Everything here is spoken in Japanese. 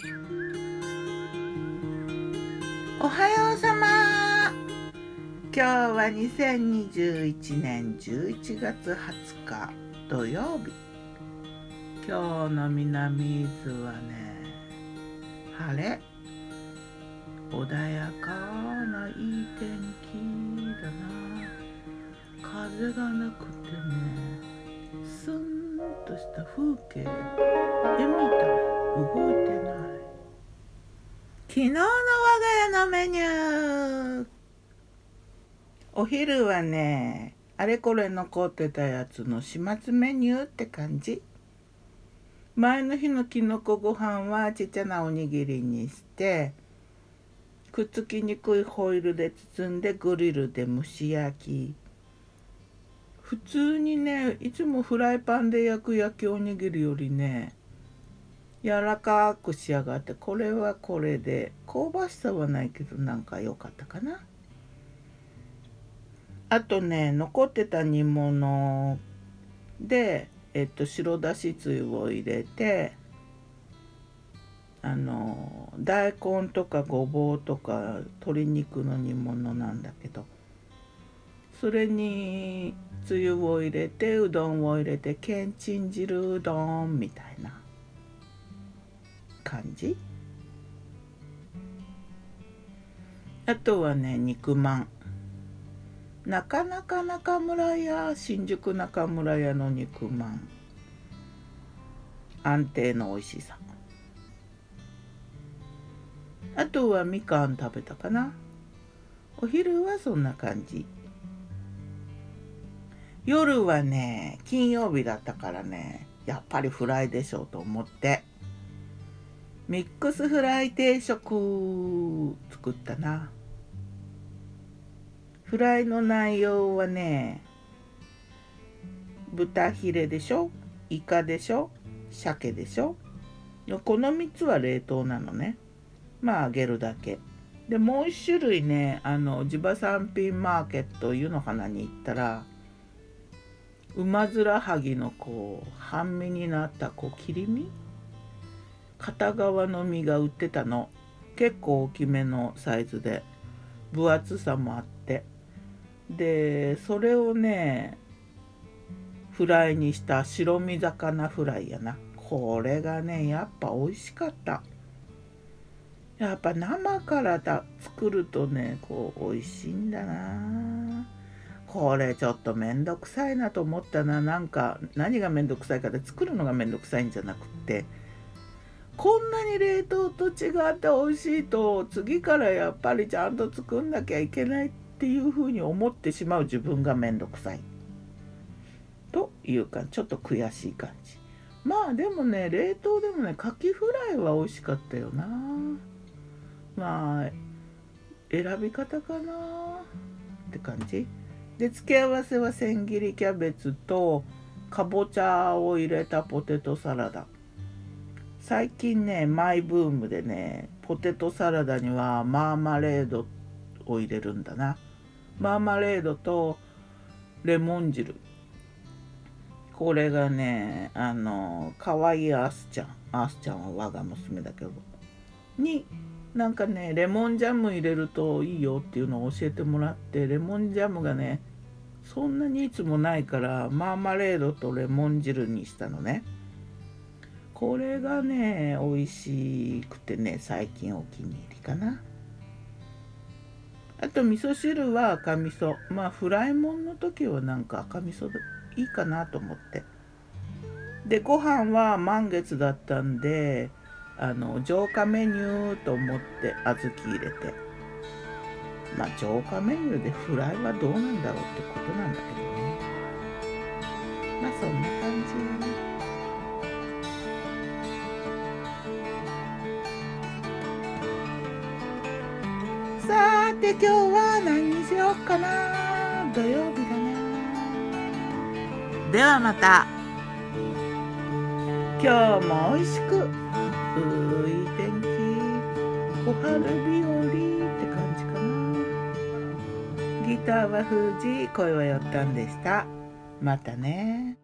おはようさま。今日は2021年11月20日土曜日。今日の南伊豆はね、晴れ、穏やかないい天気だな。風がなくてね、スンとした風景、絵みたい、動いてない。昨日の我が家のメニュー。お昼はね、あれこれ残ってたやつの始末メニューって感じ。前の日のきのこご飯はちっちゃなおにぎりにして、くっつきにくいホイルで包んでグリルで蒸し焼き。普通にね、いつもフライパンで焼く焼きおにぎりよりね、柔らかく仕上がって、これはこれで香ばしさはないけどなんか良かったかな。あとね、残ってた煮物で、白だしつゆを入れて、大根とかごぼうとか鶏肉の煮物なんだけど、それにつゆを入れてうどんを入れてけんちん汁うどんみたいな感じ。あとはね、肉まん。なかなか中村屋、新宿中村屋の肉まん、安定の美味しさ。あとはみかん食べたかな。お昼はそんな感じ。夜はね、金曜日だったからね、やっぱりフライでしょうと思ってミックスフライ定食作ったな。フライの内容はね、豚ヒレでしょ、イカでしょ、鮭でしょ。この3つは冷凍なのね。まあ揚げるだけで、もう1種類ね、地場産品マーケット湯の花に行ったら、ウマヅラハギの半身になった切り身、片側の身が売ってたの。結構大きめのサイズで分厚さもあって、でそれをねフライにした白身魚フライやな。これがねやっぱ美味しかった。やっぱ生から作るとね美味しいんだな。これちょっとめんどくさいなと思ったな。なんか何がめんどくさいかで、作るのがめんどくさいんじゃなくって、こんなに冷凍と違って美味しいと次からやっぱりちゃんと作んなきゃいけないっていうふうに思ってしまう自分がめんどくさいというか、ちょっと悔しい感じ。まあでもね、冷凍でもね、カキフライは美味しかったよな。まあ選び方かなって感じで、付け合わせは千切りキャベツとかぼちゃを入れたポテトサラダ。最近ねマイブームでね、ポテトサラダにはマーマレードを入れるんだな。マーマレードとレモン汁。これがね、かわいいアースちゃんは我が娘だけどに、なんかねレモンジャム入れるといいよっていうのを教えてもらって、レモンジャムがねそんなにいつもないからマーマレードとレモン汁にしたのね。これがね美味しくてね、最近お気に入りかな。あと味噌汁は赤味噌。まあフライもんの時はなんか赤味噌でいいかなと思って。でご飯は満月だったんで浄化メニューと思って小豆入れて、まあ浄化メニューでフライはどうなんだろうってことなんだけどね。まあそんな感じ。さて今日は何にしようかな。土曜日だな。ではまた。今日も美味しくいい天気、小春日和って感じかな。ギターは封じ、声はよったんでした。またね。